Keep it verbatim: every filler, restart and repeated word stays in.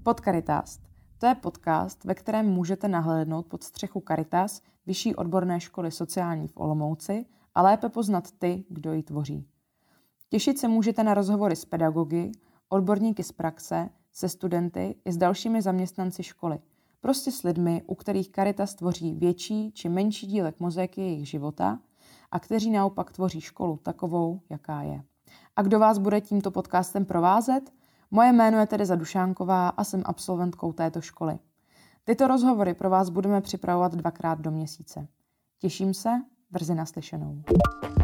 Podcaritást. To je podcast, ve kterém můžete nahlédnout pod střechu Caritas, vyšší odborné školy sociální v Olomouci, a lépe poznat ty, kdo ji tvoří. Těšit se můžete na rozhovory s pedagogy, odborníky z praxe, se studenty i s dalšími zaměstnanci školy. Prostě s lidmi, u kterých Caritas tvoří větší či menší dílek mozaiky jejich života a kteří naopak tvoří školu takovou, jaká je. A kdo vás bude tímto podcastem provázet? Moje jméno je Tereza Dušánková a jsem absolventkou této školy. Tyto rozhovory pro vás budeme připravovat dvakrát do měsíce. Těším se, brzy naslyšenou.